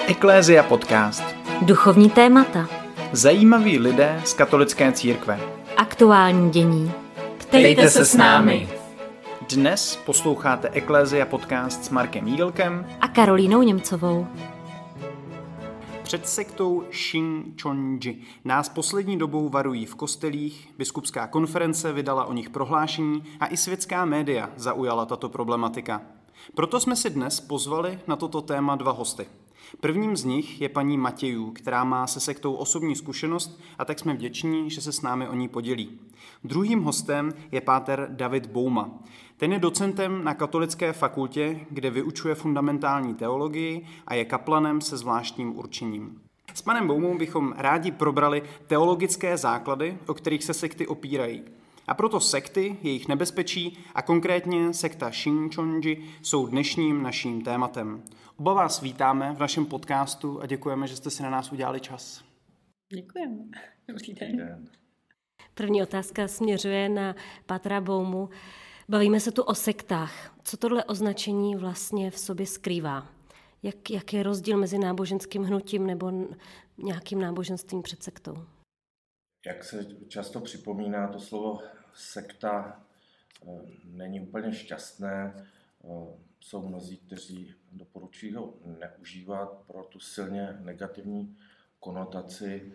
Eklézia podcast. Duchovní témata. Zajímaví lidé z katolické církve. Aktuální dění. Ptejte se s námi. Dnes posloucháte Eklézia podcast s Markem Jídelkem A Karolínou Němcovou. Před sektou Shincheonji nás poslední dobou varují v kostelích, biskupská konference vydala o nich prohlášení a i světská média zaujala tato problematika. Proto jsme si dnes pozvali na toto téma dva hosty. Prvním z nich je paní Matějů, která má se sektou osobní zkušenost a tak jsme vděční, že se s námi o ní podělí. Druhým hostem je páter David Bouma. Ten je docentem na Katolické fakultě, kde vyučuje fundamentální teologii a je kaplanem se zvláštním určením. S panem Boumou bychom rádi probrali teologické základy, o kterých se sekty opírají. A proto sekty, jejich nebezpečí a konkrétně sekta Shincheonji jsou dnešním naším tématem. Oba vás vítáme v našem podcastu a děkujeme, že jste si na nás udělali čas. Děkujeme. Dobrý den. První otázka směřuje na pátra Boumu. Bavíme se tu o sektách. Co tohle označení vlastně v sobě skrývá? Jak je rozdíl mezi náboženským hnutím nebo nějakým náboženstvím před sektou? Jak se často připomíná, to slovo sekta není úplně šťastné. Jsou mnozí, kteří doporučují ho neužívat pro tu silně negativní konotaci.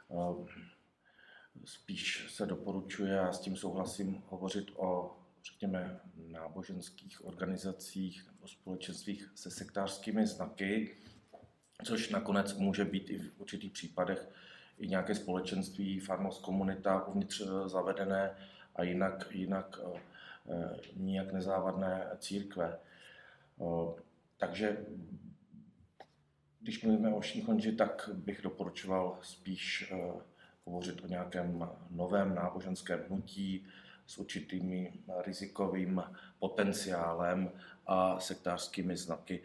Spíš se doporučuje, a s tím souhlasím, hovořit o, řekněme, náboženských organizacích nebo společenstvích se sektářskými znaky, což nakonec může být i v určitých případech i nějaké společenství, farnost, komunita uvnitř zavedené a jinak nijak nezávadné církve. Takže když mluvíme o Shincheonji, tak bych doporučoval spíš hovořit o nějakém novém náboženském hnutí s určitým rizikovým potenciálem a sektářskými znaky,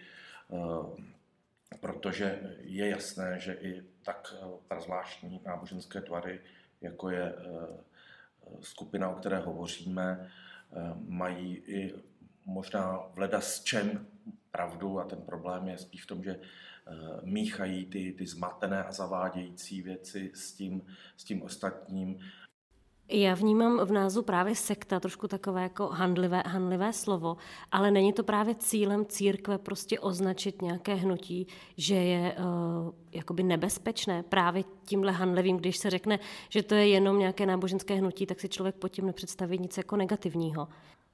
protože je jasné, že i tak zvláštní náboženské tvary, jako je skupina, o které hovoříme, mají i možná vledasčem pravdu a ten problém je spíš v tom, že míchají ty zmatené a zavádějící věci s tím ostatním. Já vnímám v názvu právě sekta, trošku takové jako handlivé slovo, ale není to právě cílem církve prostě označit nějaké hnutí, že je jakoby nebezpečné právě tímhle handlivým, když se řekne, že to je jenom nějaké náboženské hnutí, tak si člověk pod tím nepředstaví nic jako negativního.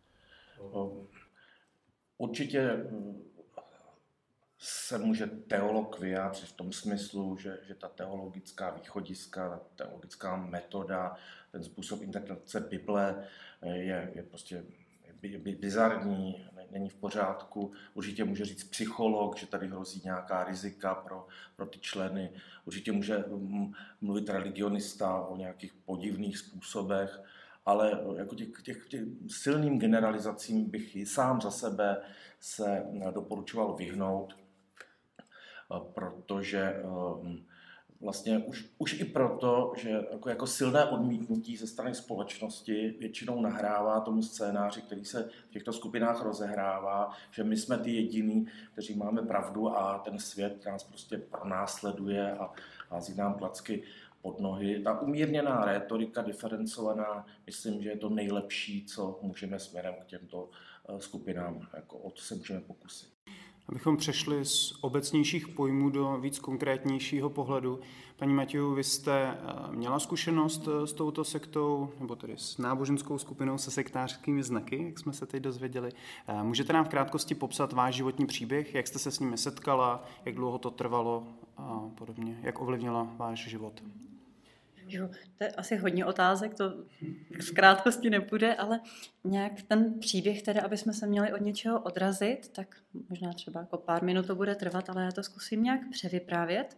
Určitě se může teolog vyjádřit v tom smyslu, že ta teologická východiska, ta teologická metoda, ten způsob interpretace Bible je prostě bizarní, není v pořádku. Určitě může říct psycholog, že tady hrozí nějaká rizika pro ty členy. Určitě může mluvit religionista o nějakých podivných způsobech, ale jako těch silným generalizacím bych i sám za sebe se doporučoval vyhnout, protože vlastně už i proto, že jako silné odmítnutí ze strany společnosti většinou nahrává tomu scénáři, který se v těchto skupinách rozehrává, že my jsme ty jediní, kteří máme pravdu a ten svět nás prostě pronásleduje a hází nám klacky pod nohy. Ta umírněná rétorika, diferencovaná, myslím, že je to nejlepší, co můžeme směrem k těmto skupinám, jako o to se můžeme pokusit. Abychom přešli z obecnějších pojmů do víc konkrétnějšího pohledu. Paní Matějů, vy jste měla zkušenost s touto sektou, nebo tedy s náboženskou skupinou se sektářskými znaky, jak jsme se teď dozvěděli. Můžete nám v krátkosti popsat váš životní příběh, jak jste se s nimi setkala, jak dlouho to trvalo a podobně, jak ovlivnila váš život? Jo, to je asi hodně otázek, to v krátkosti nepůjde, ale nějak ten příběh, teda, aby jsme se měli od něčeho odrazit, tak možná třeba jako pár minut to bude trvat, ale já to zkusím nějak převyprávět.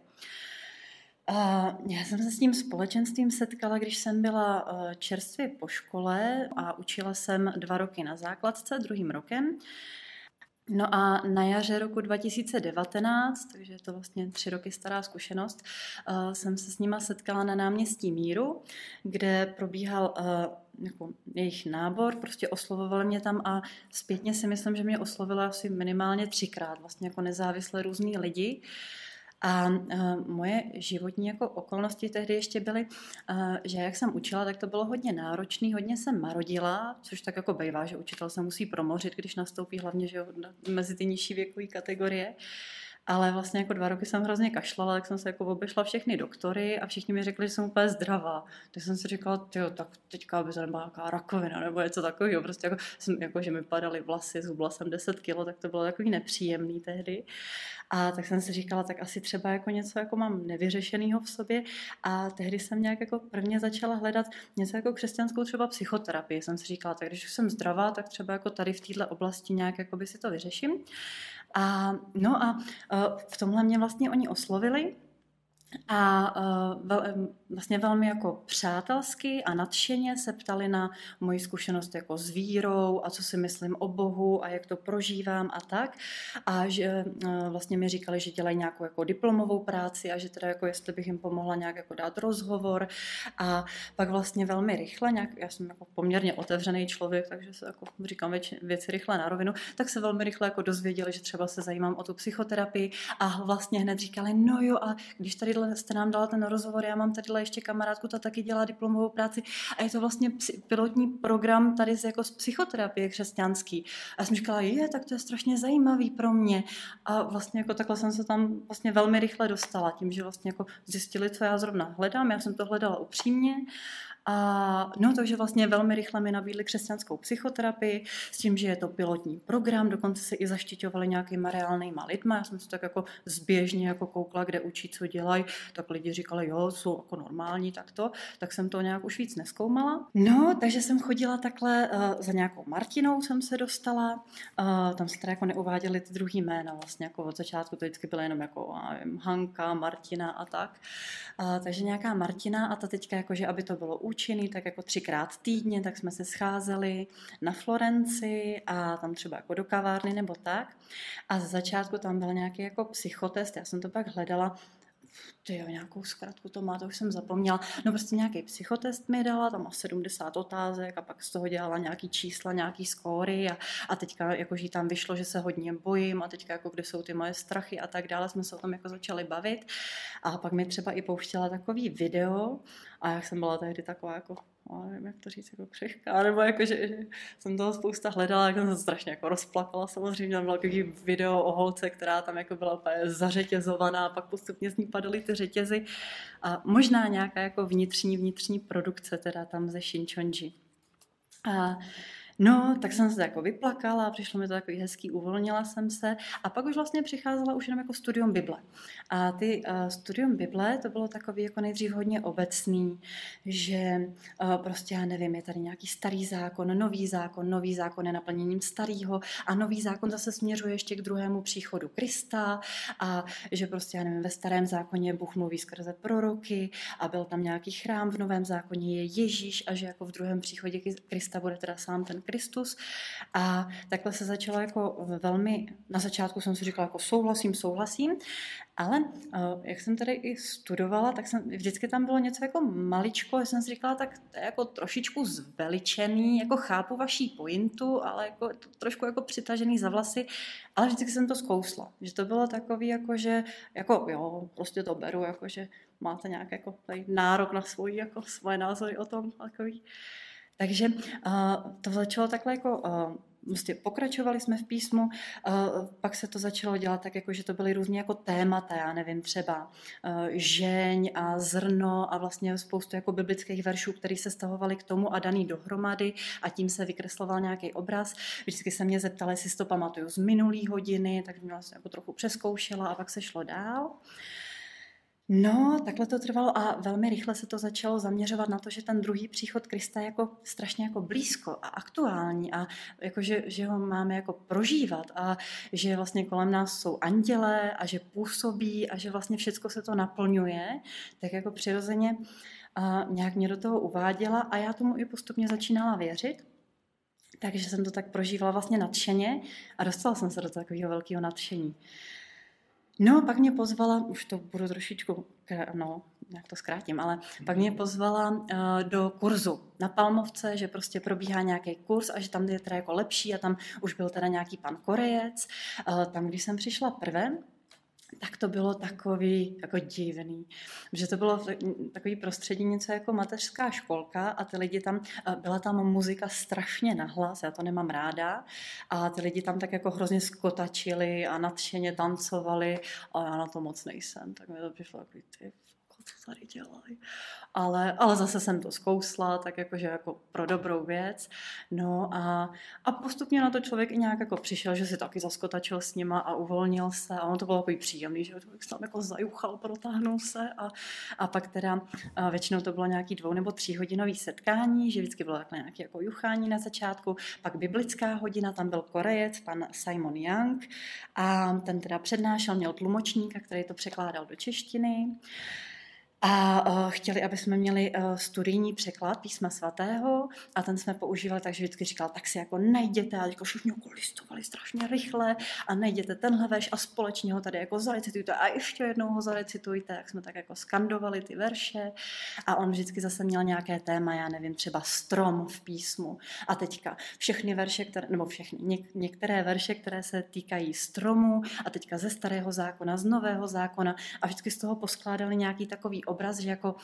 Já jsem se s tím společenstvím setkala, když jsem byla čerstvě po škole a učila jsem 2 roky na základce, druhým rokem. No a na jaře roku 2019, takže je to vlastně 3 roky stará zkušenost, jsem se s nima setkala na náměstí Míru, kde probíhal jako jejich nábor, prostě oslovovali mě tam a zpětně si myslím, že mě oslovila asi minimálně 3krát, vlastně jako nezávisle různý lidi. A moje životní jako okolnosti tehdy ještě byly, že jak jsem učila, tak to bylo hodně náročný, hodně jsem marodila, což tak jako bývá, že učitel se musí promořit, když nastoupí hlavně že mezi ty nižší věkové kategorie. Ale vlastně jako 2 roky jsem hrozně kašlala, tak jsem se jako obešla všechny doktory a všichni mi řekli, že jsem úplně zdravá. Tak jsem si říkala, tyjo, tak teďka by to nebyla nějaká rakovina nebo něco takového. Prostě jako, že mi padaly vlasy, zhubla jsem 10 kilo, tak to bylo takový nepříjemný tehdy. A tak jsem si říkala, tak asi třeba jako něco jako mám nevyřešenýho v sobě. A tehdy jsem nějak jako prvně začala hledat něco jako křesťanskou třeba psychoterapii. Jsem si říkala, tak když už jsem zdravá, tak třeba jako tady v této oblasti nějak jako by si to vyřeším. A v tomhle mě vlastně oni oslovili a vlastně velmi jako přátelsky a nadšeně se ptali na moji zkušenost jako s vírou a co si myslím o Bohu a jak to prožívám a tak. A že vlastně mi říkali, že dělají nějakou jako diplomovou práci a že teda jako jestli bych jim pomohla nějak jako dát rozhovor. A pak vlastně velmi rychle, já jsem jako poměrně otevřený člověk, takže se jako říkám věci rychle na rovinu, tak se velmi rychle jako dozvěděli, že třeba se zajímám o tu psychoterapii a vlastně hned říkali, no jo, a když tady jste nám dala ten rozhovor, já mám tady ještě kamarádku, ta taky dělá diplomovou práci a je to vlastně pilotní program tady jako z psychoterapie křesťanský. A já jsem říkala, tak to je strašně zajímavý pro mě. A vlastně jako takhle jsem se tam vlastně velmi rychle dostala, tím, že vlastně jako zjistili, co já zrovna hledám. Já jsem to hledala upřímně. A takže vlastně velmi rychle mi nabídli křesťanskou psychoterapii s tím, že je to pilotní program, dokonce se i zaštiťovali nějakýma reálnýma lidma. Já jsem se tak jako zběžně jako koukla, kde učí, co dělají, tak lidi říkali, jo, jsou jako normální takto, tak jsem to nějak už víc nezkoumala. Takže jsem chodila takhle, za nějakou Martinou jsem se dostala, tam se teda jako neuváděly ty druhý jména, vlastně jako od začátku to vždycky bylo jenom jako Hanka, Martina a tak. Takže nějaká Martina a ta teďka jakože, aby to bylo účinný, tak jako 3krát týdně, tak jsme se scházeli na Florenci a tam třeba jako do kavárny nebo tak. A z začátku tam byl nějaký jako psychotest, já jsem to pak hledala, nějakou zkratku to má, to už jsem zapomněla. Prostě nějaký psychotest mi dala, tam má 70 otázek a pak z toho dělala nějaký čísla, nějaký skóry a teďka jakože tam vyšlo, že se hodně bojím a teďka jako kde jsou ty moje strachy a tak dále, jsme se o tom jako začali bavit a pak mi třeba i pouštěla takový video a jak jsem byla tehdy taková jako nevím, jak to říct, jako křehká, nebo jako, že jsem toho spousta hledala, jak jsem se strašně jako rozplakala, samozřejmě tam bylo takový video o holce, která tam jako byla úplně zařetězovaná, pak postupně z ní padaly ty řetězy a možná nějaká jako vnitřní produkce teda tam ze Shinchonji. Tak jsem se jako vyplakala, přišlo mi to takový hezký, uvolnila jsem se a pak už vlastně přicházela už jenom jako studium Bible. A ty studium Bible, to bylo takový jako nejdřív hodně obecný, že prostě já nevím, je tady nějaký starý zákon, nový zákon je naplněním starýho a nový zákon zase směřuje ještě k druhému příchodu Krista a že prostě já nevím, ve starém zákoně Bůh mluví skrze proroky a byl tam nějaký chrám, v novém zákoně je Ježíš a že jako v druhém příchodě Krista bude teda sám ten Kristus a takhle se začalo jako velmi, na začátku jsem si říkala jako souhlasím, ale jak jsem tady i studovala, tak vždycky tam bylo něco jako maličko, já jsem si říkala, tak to je jako trošičku zveličený, jako chápu vaší pointu, ale jako trošku jako přitažený za vlasy, ale vždycky jsem to zkousla, že to bylo takový jako, že jako jo, prostě to beru, jako že máte nějak jako tady nárok na svoje názory o tom takový. Takže to začalo takhle jako, vlastně pokračovali jsme v písmu, pak se to začalo dělat tak, jako, že to byly různě jako témata, já nevím, třeba žeň a zrno a vlastně spoustu jako biblických veršů, které se stahovaly k tomu a daný dohromady a tím se vykresloval nějaký obraz. Vždycky se mě zeptali, jestli si to pamatuju z minulý hodiny, tak mě vlastně jako trochu přezkoušela a pak se šlo dál. Takhle to trvalo a velmi rychle se to začalo zaměřovat na to, že ten druhý příchod Krista je jako strašně jako blízko a aktuální a jako, že ho máme jako prožívat a že vlastně kolem nás jsou andělé a že působí a že vlastně všecko se to naplňuje, tak jako přirozeně nějak mě do toho uváděla a já tomu i postupně začínala věřit. Takže jsem to tak prožívala vlastně nadšeně a dostala jsem se do takového velkého nadšení. Pak mě pozvala, už to budu trošičku, jak to zkrátím, ale pak mě pozvala do kurzu na Palmovce, že prostě probíhá nějaký kurz a že tam je teda jako lepší a tam už byl teda nějaký pan Korejec. Tam, když jsem přišla prvé, tak to bylo takový jako divný, že to bylo takový prostředí něco jako mateřská školka a ty lidi tam, byla tam muzika strašně nahlas, já to nemám ráda a ty lidi tam tak jako hrozně skotačili a nadšeně tancovali a já na to moc nejsem, tak mi to přišlo takový co tady dělají. Ale zase jsem to zkousla, tak jakože jako pro dobrou věc. No a postupně na to člověk i nějak jako přišel, že si taky zaskotačil s nima a uvolnil se a ono to bylo takový příjemný, že člověk se tam jako zajuchal, protáhnul se a pak teda většinou to bylo nějaký 2 nebo 3 hodinový setkání, že vždycky bylo takhle nějaké jako juchání na začátku, pak biblická hodina, tam byl Korejec, pan Simon Young a ten teda přednášel, měl tlumočníka, který to překládal do češtiny. A chtěli, aby jsme měli studijní překlad písma svatého a ten jsme používali, takže vždycky říkal, tak si jako najděte a jako všichni listovali strašně rychle a najděte tenhle verš a společně ho tady jako zarecitujte a ještě jednou ho zarecitujte, jak jsme tak jako skandovali ty verše a on vždycky zase měl nějaké téma, já nevím, třeba strom v písmu a teďka všechny verše, některé verše, které se týkají stromu a teďka ze starého zákona, z nového zákona a vždycky z toho poskládali nějaký takový obraz, že jako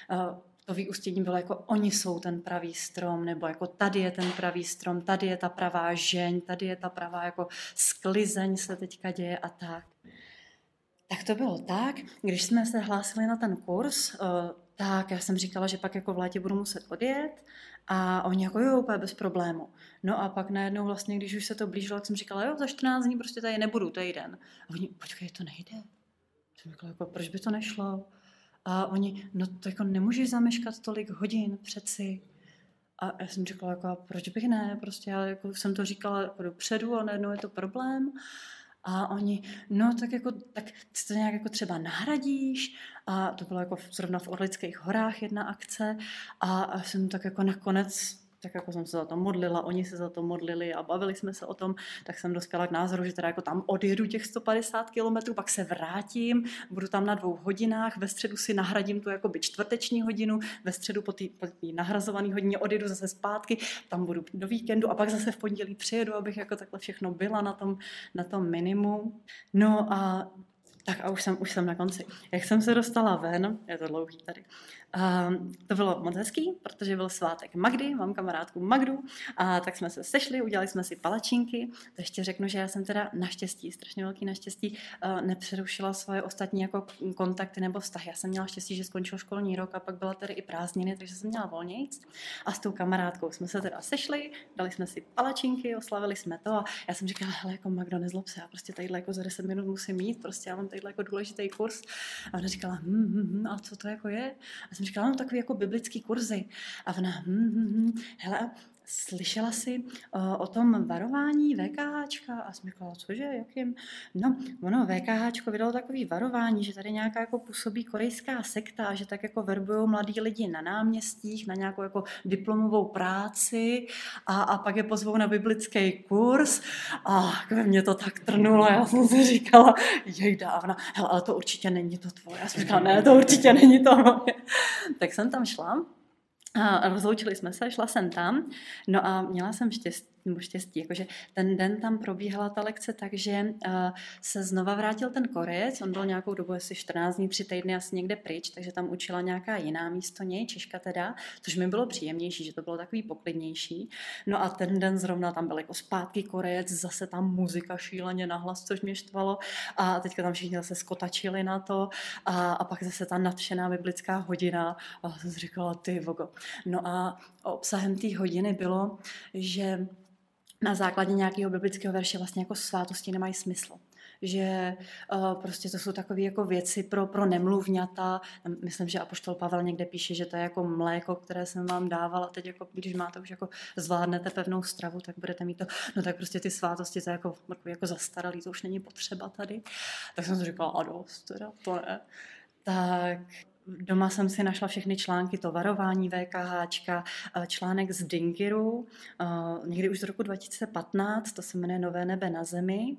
to vyústění bylo jako oni jsou ten pravý strom, nebo jako tady je ten pravý strom, tady je ta pravá žeň, tady je ta pravá jako sklizeň se teďka děje a tak. Tak to bylo tak, když jsme se hlásili na ten kurz, tak já jsem říkala, že pak jako v létě budu muset odjet a oni jako jo, úplně bez problému. No a pak najednou vlastně, když už se to blížilo, tak jsem říkala, jo, za 14 dní prostě tady nebudu, to je den. A oni, počkej, to nejde. Jsem říkala, jako, proč by to nešlo? A oni, no to jako nemůžeš zameškat tolik hodin přeci. A já jsem říkala, jako, proč bych ne, prostě já jako jsem to říkala jako dopředu a najednou je to problém. A oni, no tak si to nějak jako třeba nahradíš a to bylo jako zrovna v Orlických horách jedna akce a jsem tak jako nakonec tak jako jsem se za to modlila, oni se za to modlili a bavili jsme se o tom, tak jsem dospěla k názoru, že teda jako tam odjedu těch 150 kilometrů, pak se vrátím, budu tam na 2 hodinách, ve středu si nahradím tu jakoby čtvrteční hodinu, ve středu po té nahrazované hodině odjedu zase zpátky, tam budu do víkendu a pak zase v pondělí přijedu, abych jako takhle všechno byla na tom minimu. No a tak a už jsem na konci. Jak jsem se dostala ven, je to dlouhý tady, to bylo moc hezký, protože byl svátek Magdy, mám kamarádku Magdu, a tak jsme se sešli, udělali jsme si palačinky. To ještě řeknu, že já jsem teda naštěstí, strašně velký naštěstí, nepřerušila svoje ostatní jako kontakty nebo vztahy. Já jsem měla štěstí, že skončil školní rok a pak byla tady i prázdniny, takže jsem měla volnějc. A s tou kamarádkou jsme se teda sešli, dali jsme si palačinky, oslavili jsme to a já jsem říkala, hele, jako Magdo, nezlob se, já prostě tadyhle jako za 10 minut musím jít, prostě já mám tadyhle jako důležitý kurz. A ona říkala, a co to jako je? A jsem říkala, no takový jako biblický kurzy. A ona, hele, slyšela jsi o tom varování VKHčka? A jsem říkala, cože, jakým? No, ono VKHčko vydalo takový varování, že tady nějaká jako působí korejská sekta, že tak jako verbujou mladí lidi na náměstích, na nějakou jako diplomovou práci a pak je pozvou na biblický kurz a ve mně to tak trnulo, já jsem si říkala, jej dávna, hele, ale to určitě není to tvoje. Já jsem říkala, ne, to určitě není to moje. Tak jsem tam šla. A rozloučili jsme se, šla jsem tam, no a měla jsem štěstí, jakože ten den tam probíhala ta lekce, takže se znova vrátil ten Korejec, on byl nějakou dobu asi 14 dní, 3 týdny asi někde pryč, takže tam učila nějaká jiná místo něj, Češka teda, což mi bylo příjemnější, že to bylo takový poklidnější. No a ten den zrovna tam byl jako zpátky Korejec, zase tam muzika šíleně nahlas, což mě štvalo a teďka tam všichni zase skotačili na to a pak zase ta nadšená biblická hodina a jsem si říkala, ty vogo. No a obsahem té hodiny bylo, že na základě nějakého biblického verše vlastně jako svátosti nemají smysl. Že prostě to jsou takové jako věci pro nemluvňata. Myslím, že apoštol Pavel někde píše, že to je jako mléko, které jsem vám dávala. Teď jako, když máte už jako zvládnete pevnou stravu, tak budete mít to. No tak prostě ty svátosti, to je jako zastaralý, to už není potřeba tady. Tak jsem si říkala, a dost, teda to ne. Tak doma jsem si našla všechny články, to varování VKHčka, článek z Dingiru, někdy už z roku 2015, to se jmenuje Nové nebe na zemi.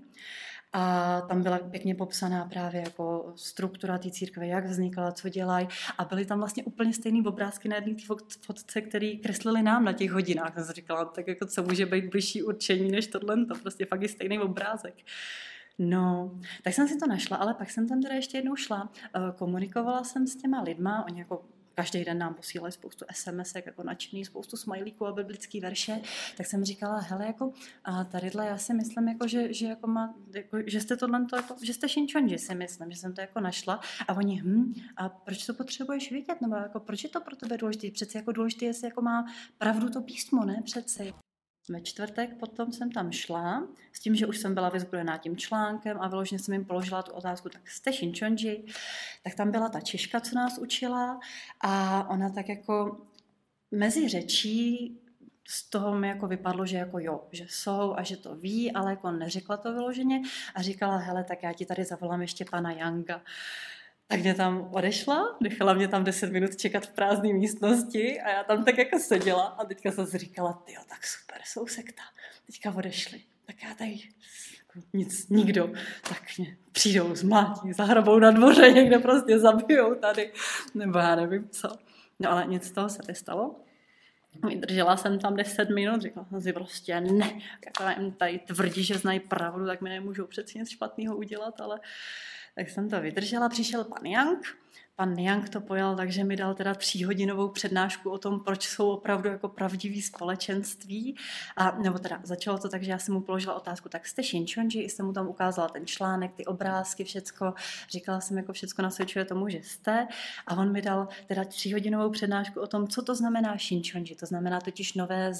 A tam byla pěkně popsaná právě jako struktura té církve, jak vznikla, co dělají. A byly tam vlastně úplně stejný obrázky na jedné fotce, který kreslili nám na těch hodinách. Jsem si říkala, tak jako co může být bližší určení než tohle, to prostě fakt je stejný obrázek. No, tak jsem si to našla, ale pak jsem tam teda ještě jednou šla. Komunikovala jsem s těma lidma, oni jako každý den nám posílají spoustu SMS-ek, jako nadšený, spoustu smajlíků a biblický verše, tak jsem říkala, hele, jako tadyhle já si myslím, jako, že, jako má, jako, že jste tohle, jako, že jste Shinchonji, si myslím, že jsem to jako našla a oni, a proč to potřebuješ vidět, nebo jako, proč je to pro tebe důležité, přeci jako důležité, jestli jako má pravdu to písmo, ne, přeci. Ve čtvrtek potom jsem tam šla s tím, že už jsem byla vyzbrojená tím článkem a vyloženě jsem jim položila tu otázku, tak jste Shinchonji? Tak tam byla ta Češka, co nás učila a ona tak jako mezi řečí z toho mi jako vypadlo, že jako jo, že jsou a že to ví, ale jako neřekla to vyloženě a říkala, hele, tak já ti tady zavolám ještě pana Yanga. Tak mě tam odešla, nechala mě tam 10 minut čekat v prázdné místnosti a já tam tak jako seděla a teďka jsem si říkala, tyjo, tak super, jsou sekta. Teďka odešli, tak já tady jako nic, nikdo, tak mě přijdou, zmátí, zahrabou na dvoře, někde prostě zabijou tady, nebo já nevím co. No ale nic z toho se nestalo. Držela jsem tam 10 minut, řekla jsem si prostě ne, jako jim tady tvrdí, že znají pravdu, tak mi nemůžou přeci nic špatného udělat, ale tak jsem to vydržela, přišel pan Yang. Pan Yang to pojal, takže mi dal teda 3hodinovou přednášku o tom, proč jsou opravdu jako pravdivý společenství. A, nebo teda začalo to tak, že já jsem mu položila otázku, tak jste Shinchonji, jsem mu tam ukázala ten článek, ty obrázky, všecko. Říkala jsem, jako všecko nasvědčuje tomu, že jste. A on mi dal teda 3hodinovou přednášku o tom, co to znamená Shinchonji. To znamená totiž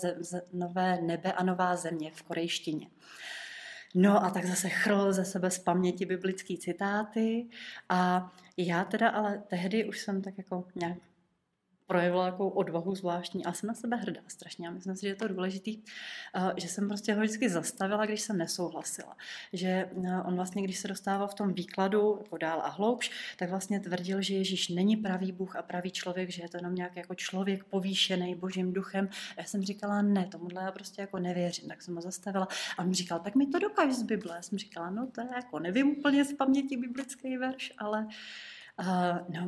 nové nebe a nová země v korejštině. No a tak zase chrl ze sebe z paměti biblický citáty a já teda ale tehdy už jsem tak jako nějak projevila takovou odvahu zvláštní a jsem na sebe hrdá strašně a myslím si, že je to důležitý, že jsem prostě ho vždycky zastavila, když jsem nesouhlasila. Že on vlastně, když se dostával v tom výkladu jako dál a hloubš, tak vlastně tvrdil, že Ježíš není pravý Bůh a pravý člověk, že je to jenom nějaký jako člověk povýšený Božím duchem. A já jsem říkala, ne, tomuhle já prostě jako nevěřím, tak jsem ho zastavila. A on mi říkal, tak mi to dokáž z Bible. Já jsem říkala, no to je jako nevím úplně z paměti biblický verš, ale no.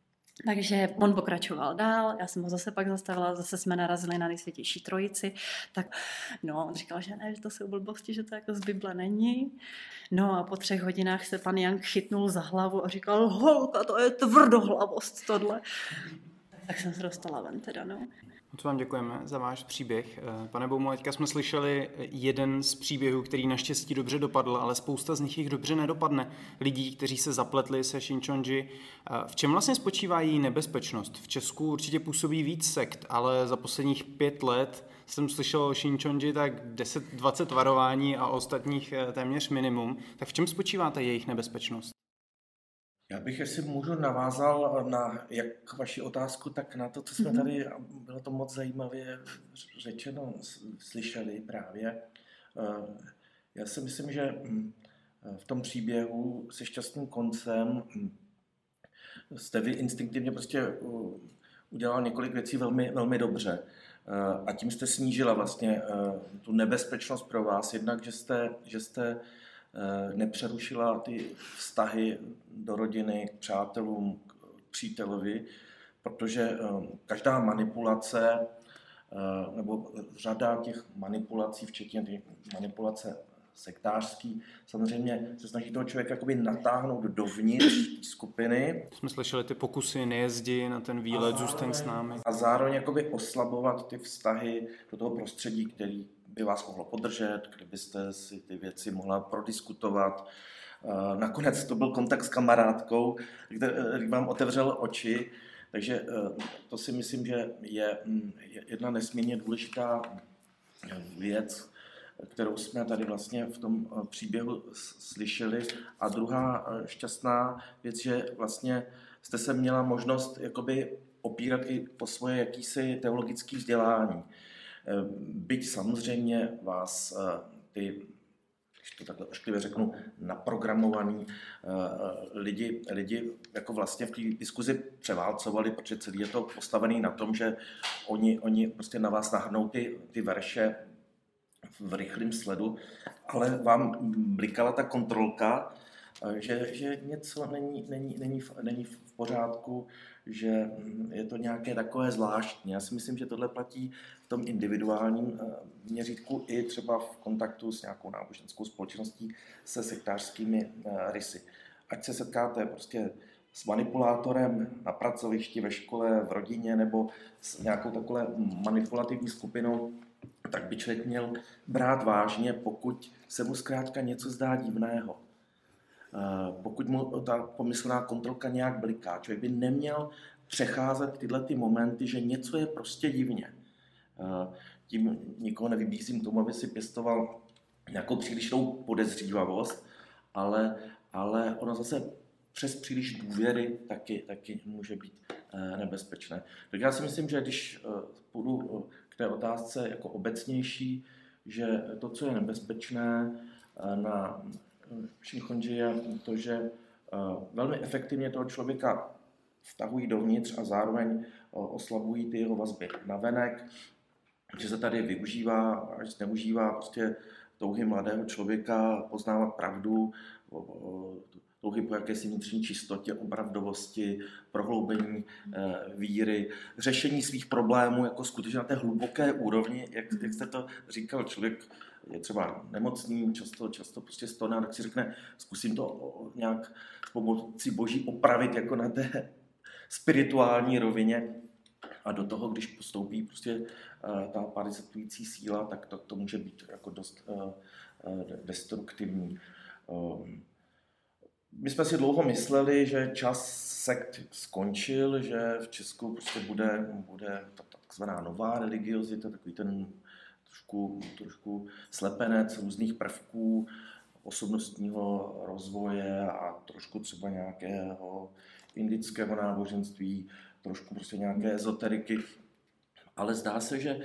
Takže on pokračoval dál, já jsem ho zase pak zastavila, zase jsme narazili na Nejsvětější trojici, tak no, on říkal, že ne, že to jsou blbosti, že to jako z Bible není. No a po 3 hodinách se pan Yang chytnul za hlavu a říkal, holka, to je tvrdohlavost tohle. Tak jsem se dostala ven teda, no. Moc vám děkujeme za váš příběh. Pane Boumo, teďka jsme slyšeli jeden z příběhů, který naštěstí dobře dopadl, ale spousta z nich jich dobře nedopadne. Lidí, kteří se zapletli se Shinchonji. V čem vlastně spočívá její nebezpečnost? V Česku určitě působí víc sekt, ale za posledních 5 let jsem slyšel o Shinchonji tak 10-20 varování a ostatních téměř minimum. Tak v čem spočívá ta jejich nebezpečnost? Já bych, jestli můžu, navázal na jak vaši otázku, tak na to, co jsme tady, bylo to moc zajímavě řečeno, slyšeli právě. Já si myslím, že v tom příběhu se šťastným koncem jste vy instinktivně prostě udělal několik věcí velmi, velmi dobře. A tím jste snížila vlastně tu nebezpečnost pro vás. Jednak, že jste nepřerušila ty vztahy do rodiny, k přátelům, k přítelovi, protože každá manipulace nebo řada těch manipulací, včetně ty manipulace sektářský, samozřejmě se snaží toho člověka jakoby natáhnout dovnitř té skupiny. Jsme slyšeli ty pokusy nejezdi na ten výlet, zůstaň s námi. A zároveň jakoby oslabovat ty vztahy do toho prostředí, který by vás mohlo podržet, kdybyste si ty věci mohla prodiskutovat. Nakonec to byl kontakt s kamarádkou, který vám otevřel oči, takže to si myslím, že je jedna nesmírně důležitá věc, kterou jsme tady vlastně v tom příběhu slyšeli. A druhá šťastná věc, že vlastně jste se měla možnost jakoby opírat i po svoje jakýsi teologické vzdělání. Byť samozřejmě vás ty, když to takhle ošklivě řeknu, naprogramovaní lidi jako vlastně v té diskuzi převálcovali, protože celý je to postavený na tom, že oni prostě na vás nahrnou ty verše v rychlém sledu, ale vám blikala ta kontrolka, že něco není v pořádku, že je to nějaké takové zvláštní. Já si myslím, že tohle platí v tom individuálním měřítku i třeba v kontaktu s nějakou náboženskou společností se sektářskými rysy. Ať se setkáte prostě s manipulátorem na pracovišti, ve škole, v rodině nebo s nějakou takové manipulativní skupinou, tak by člověk měl brát vážně, pokud se mu zkrátka něco zdá divného. Pokud mu ta pomyslná kontrolka nějak bliká, člověk by neměl přecházet tyhle ty momenty, že něco je prostě divně. Tím nikoho nevybízím k tomu, aby si pěstoval nějakou přílišnou podezřívavost, ale ono zase přes příliš důvěry taky může být nebezpečné. Tak já si myslím, že když půjdu k té otázce jako obecnější, že to, co je nebezpečné na Shinchonji, je to, že velmi efektivně toho člověka vtahují dovnitř a zároveň oslabují ty jeho vazby navenek, že se tady využívá až zneužívá prostě touhy mladého člověka poznávat pravdu, touhy po jakési vnitřní čistotě, opravdovosti, prohloubení víry, řešení svých problémů jako skutečně na té hluboké úrovni, jak jste to říkal, člověk je třeba nemocný, často prostě stoná, tak si řekne, zkusím to nějak s pomocí Boží opravit jako na té spirituální rovině. A do toho, když postoupí prostě ta paralizující síla, tak to může být jako dost destruktivní. My jsme si dlouho mysleli, že čas sekt skončil, že v Česku prostě bude ta takzvaná nová religiozita, takový ten trošku slepenec různých prvků osobnostního rozvoje a trošku třeba nějakého indického náboženství, trošku prostě nějaké ezoteriky. Ale zdá se, že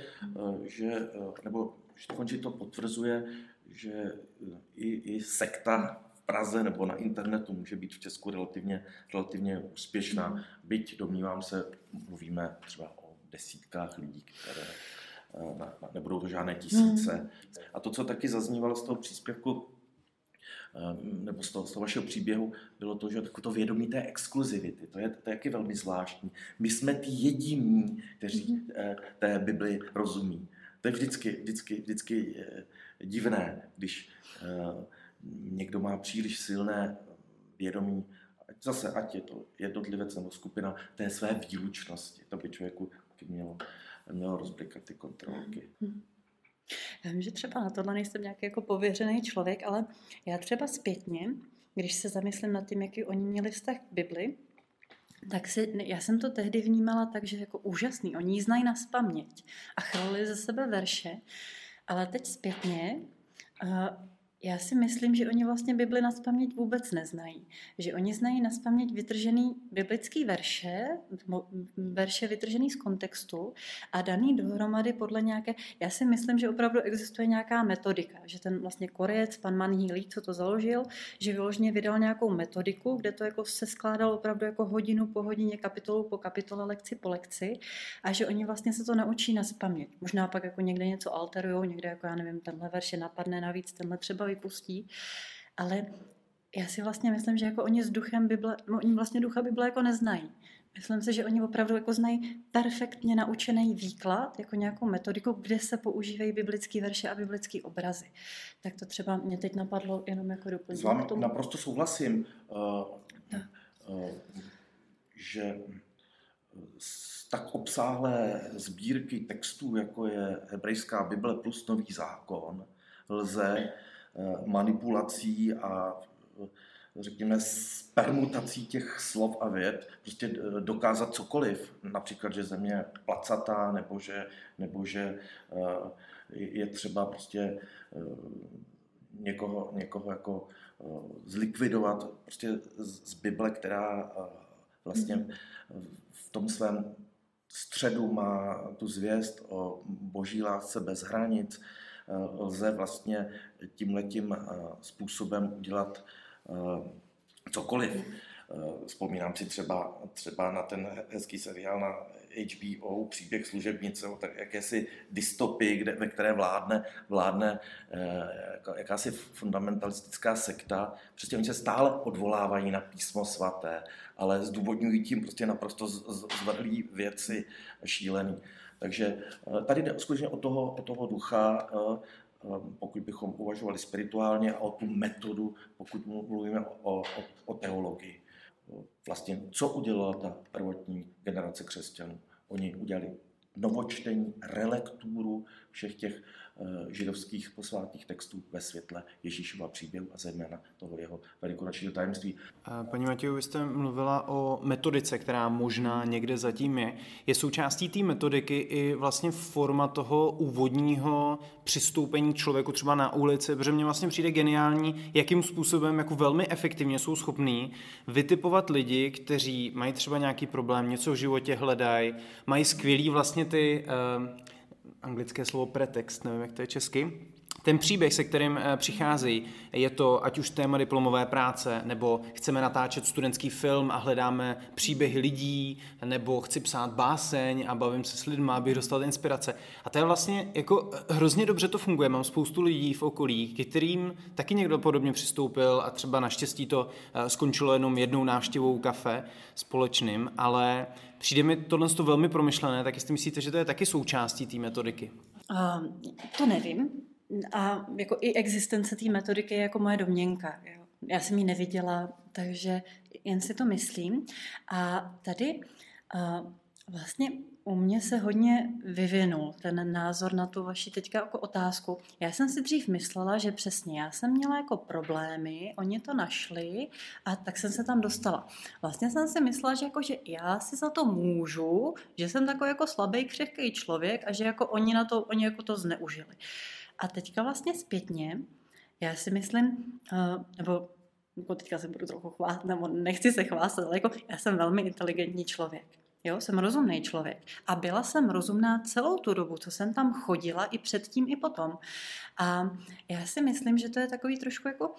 to potvrzuje, že i sekta v Praze nebo na internetu může být v Česku relativně úspěšná. Byť, domnívám se, mluvíme třeba o desítkách lidí, které nebudou to žádné tisíce. A to, co taky zaznívalo z toho příspěvku, nebo z toho vašeho příběhu, bylo to, že to vědomí té exkluzivity, to je taky velmi zvláštní. My jsme ty jediní, kteří té Bibli rozumí. To je vždycky divné, když někdo má příliš silné vědomí, ať je to jednotlivec nebo skupina, té své výlučnosti. To by člověku mělo rozblikat ty kontrolky. Já vím, že třeba na tohle nejsem nějaký jako pověřený člověk, ale já třeba zpětně, když se zamyslím nad tím, jaký oni měli vztah k Bibli, tak já jsem to tehdy vnímala tak, že jako úžasný. Oni ji znají nazpaměť a chrlili ze sebe verše, ale teď zpětně já si myslím, že oni vlastně Bibli nazpaměť vůbec neznají. Že oni znají nazpaměť vytržený biblický verše vytržený z kontextu a daný dohromady podle nějaké... Já si myslím, že opravdu existuje nějaká metodika, že ten vlastně Korejec, pan Man Hee Lee, co to založil, že vyloženě vydal nějakou metodiku, kde to jako se skládalo opravdu jako hodinu po hodině, kapitolu po kapitole, lekci po lekci a že oni vlastně se to naučí nazpaměť. Možná pak jako někde něco alterujou, někde jako já nevím, tenhle verše napadne navíc, tenhle třeba vypustí, ale já si vlastně myslím, že jako oni s duchem Bible, oni vlastně ducha Bible jako neznají. Myslím si, že oni opravdu jako znají perfektně naučený výklad, jako nějakou metodiku, kde se používají biblické verše a biblické obrazy. Tak to třeba mě teď napadlo jenom jako doplnění. S vámi naprosto souhlasím, že z tak obsáhlé sbírky textů, jako je hebrejská Bible plus Nový zákon, lze manipulací a řekněme s permutací těch slov a vět prostě dokázat cokoliv. Například, že země je placatá, nebo že je třeba prostě někoho jako zlikvidovat prostě z Bible, která vlastně v tom svém středu má tu zvěst o boží lásce bez hranic. Lze vlastně tímhletím způsobem udělat cokoliv. Vzpomínám si třeba na ten hezký seriál na HBO, Příběh služebnice, tak jakési dystopii, ve které vládne jakási fundamentalistická sekta. Prostě oni se stále odvolávají na písmo svaté, ale zdůvodňují tím prostě naprosto zvrhlý věci šílený. Takže tady jde skutečně o toho ducha, pokud bychom uvažovali spirituálně, a o tu metodu, pokud mluvíme o teologii. Vlastně, co udělala ta prvotní generace křesťanů? Oni udělali novočtení, relekturu všech těch židovských posvátných textů ve světle Ježíšova příběhu a zejména toho jeho velikonočního tajemství. Paní Matěju, vy jste mluvila o metodice, která možná někde zatím je. Je součástí té metodiky i vlastně forma toho úvodního přistoupení člověku třeba na ulici, protože mně vlastně přijde geniální, jakým způsobem jako velmi efektivně jsou schopní vytipovat lidi, kteří mají třeba nějaký problém, něco v životě hledají, mají skvělý vlastně ty anglické slovo pretext, nevím, jak to je česky. Ten příběh, se kterým přicházejí, je to ať už téma diplomové práce, nebo chceme natáčet studentský film a hledáme příběhy lidí, nebo chci psát báseň a bavím se s lidmi, abych dostal inspirace. A to je vlastně jako hrozně dobře to funguje. Mám spoustu lidí v okolí, ke kterým taky někdo podobně přistoupil a třeba naštěstí to skončilo jenom jednou návštěvou kafe společným, ale přijde mi tohle velmi promyšlené, tak jestli myslíte, že to je taky součástí té metodiky? To nevím. A jako i existence té metodiky je jako moje domněnka. Jo. Já jsem ji neviděla, takže jen si to myslím. A tady vlastně u mě se hodně vyvinul ten názor na tu vaši teďka jako otázku. Já jsem si dřív myslela, že přesně já jsem měla jako problémy, oni to našli a tak jsem se tam dostala. Vlastně jsem si myslela, že, jako, že já si za to můžu, že jsem takový jako slabý, křehký člověk a že jako oni jako to zneužili. A teďka vlastně zpětně, já si myslím, nebo teďka se budu trochu chvástat, nebo nechci se chvástat, ale jako já jsem velmi inteligentní člověk. Jo, jsem rozumný člověk. A byla jsem rozumná celou tu dobu, co jsem tam chodila, i předtím, i potom. A já si myslím, že to je takový trošku jako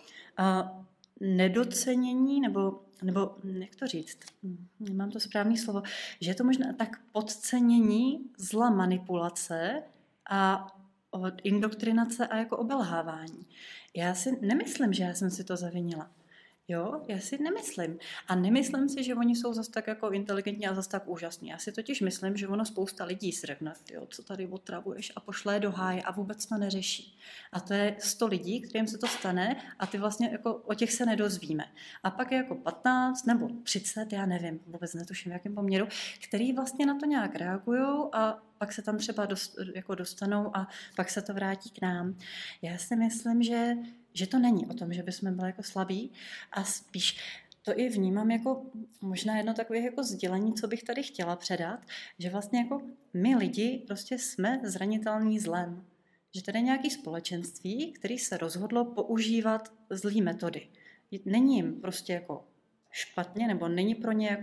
nedocenění, nebo jak to říct, nemám to správné slovo, že je to možná tak podcenění zla manipulace a od indoktrinace a jako obelhávání. Já si nemyslím, že já jsem si to zavinila. Jo, já si nemyslím. A nemyslím si, že oni jsou zase tak jako inteligentní a zase tak úžasní. Já si totiž myslím, že ono spousta lidí si řekne, jo, co tady otravuješ a pošle do háje a vůbec to neřeší. A to je 100 lidí, kterým se to stane a ty vlastně jako o těch se nedozvíme. A pak je jako 15 nebo 30, já nevím, vůbec netuším v jakém poměru, který vlastně na to nějak reagujou a pak se tam třeba dostanou a pak se to vrátí k nám. Já si myslím, že to není o tom, že bychom byli jako slabí a spíš to i vnímám jako možná jedno takové jako sdělení, co bych tady chtěla předat, že vlastně jako my lidi prostě jsme zranitelní zlem. Že tady je nějaké společenství, které se rozhodlo používat zlý metody. Není jim prostě jako špatně, nebo není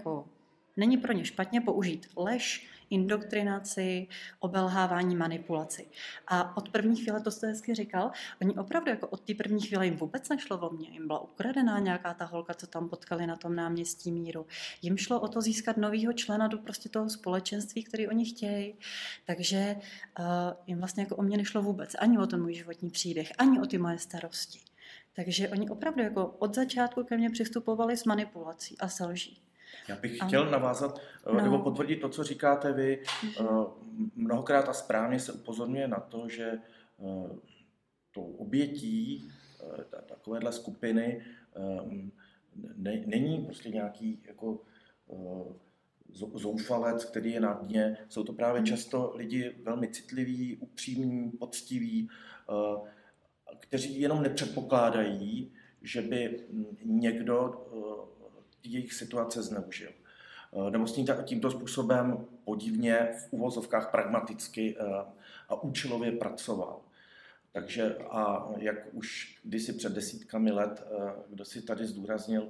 pro ně špatně použít lež, indoktrinaci, obelhávání, manipulaci. A od první chvíle, to jste hezky říkal, oni opravdu jako od té první chvíle jim vůbec nešlo o mě. Jim byla ukradená nějaká ta holka, co tam potkali na tom náměstí Míru. Jim šlo o to získat novýho člena do prostě toho společenství, který oni chtějí. Takže jim vlastně jako o mě nešlo vůbec. Ani o ten můj životní příběh, ani o ty moje starosti. Takže oni opravdu jako od začátku ke mně přistupovali s manipulací a se lží. Já bych chtěl navázat nebo potvrdit to, co říkáte vy. Mnohokrát a správně se upozorňuje na to, že tou obětí takovéhle skupiny není prostě nějaký jako zoufalec, který je na dně. Jsou to právě často lidi velmi citliví, upřímní, poctiví, kteří jenom nepředpokládají, že by někdo jejich situace zneužil. Nebo s tímto způsobem podivně v uvozovkách pragmaticky a účelově pracoval. Takže a jak už kdysi před desítkami let, kdo si tady zdůraznil,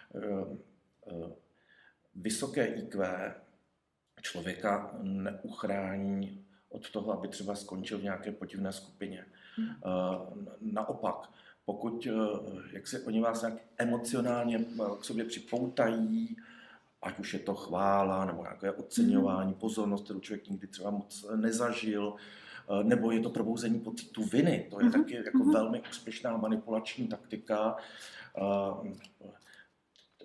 vysoké IQ člověka neuchrání od toho, aby třeba skončil v nějaké podivné skupině. Naopak, pokud jak se oni vás nějak emocionálně k sobě připoutají, ať už je to chvála nebo nějaké oceňování, pozornost, kterou člověk nikdy třeba moc nezažil, nebo je to probouzení pocitu viny. To je taky jako velmi úspěšná manipulační taktika.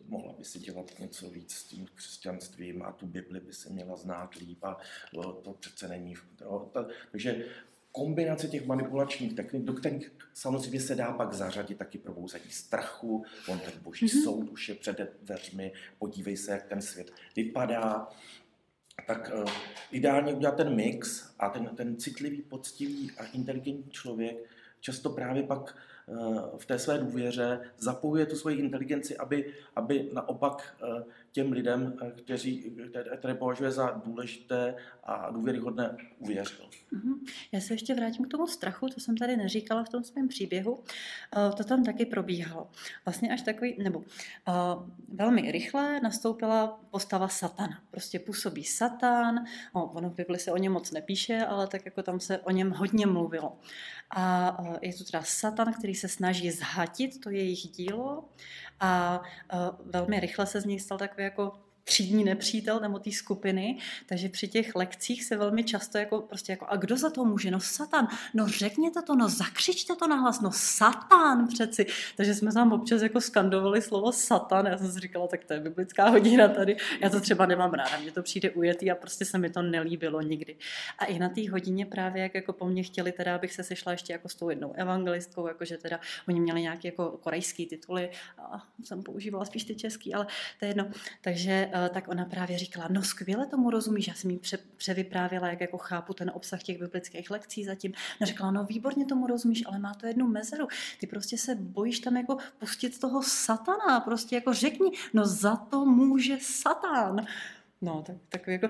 mohla by si dělat něco víc s tím křesťanstvím a tu Bibli by se měla znát líp a to přece není. Takže kombinace těch manipulačních technik, do kterých samozřejmě se dá pak zařadit taky probouzení strachu, on ten boží soud už je před dveřmi, podívej se, jak ten svět vypadá, tak ideálně udělat ten mix a ten citlivý, poctivý a inteligentní člověk často právě pak v té své důvěře zapojuje tu svoji inteligenci, aby naopak těm lidem, které považuje za důležité a důvěryhodné, uvěřil. Já se ještě vrátím k tomu strachu, to jsem tady neříkala v tom svém příběhu. To tam taky probíhalo. Vlastně až takový, velmi rychle nastoupila postava satana. Prostě působí Satan, ono v Bibli se o něm moc nepíše, ale tak jako tam se o něm hodně mluvilo. A je to teda Satan, který se snaží zhatit to jejich dílo a velmi rychle se z něj stal takový jako třídní nepřítel nebo té skupiny, takže při těch lekcích se velmi často a kdo za to může? No Satan, no řekněte to, no zakřičte to nahlas, no Satan přeci. Takže jsme tam občas jako skandovali slovo Satan, já jsem si říkala, tak to je biblická hodina tady, já to třeba nemám ráda, mně to přijde ujetý a prostě se mi to nelíbilo nikdy. A i na té hodině právě, jak jako po mně chtěli, teda abych se sešla ještě jako s tou jednou evangelistkou, jakože teda oni měli nějaké jako korejský tituly, a jsem používala spíš ty český, ale to je jedno. Takže tak ona právě říkala, no skvěle tomu rozumíš, já jsem jí převyprávěla, jak jako chápu ten obsah těch biblických lekcí zatím. No řekla, no výborně tomu rozumíš, ale má to jednu mezeru. Ty prostě se bojíš tam jako pustit toho satana, prostě jako řekni, no za to může Satan. No, tak jako...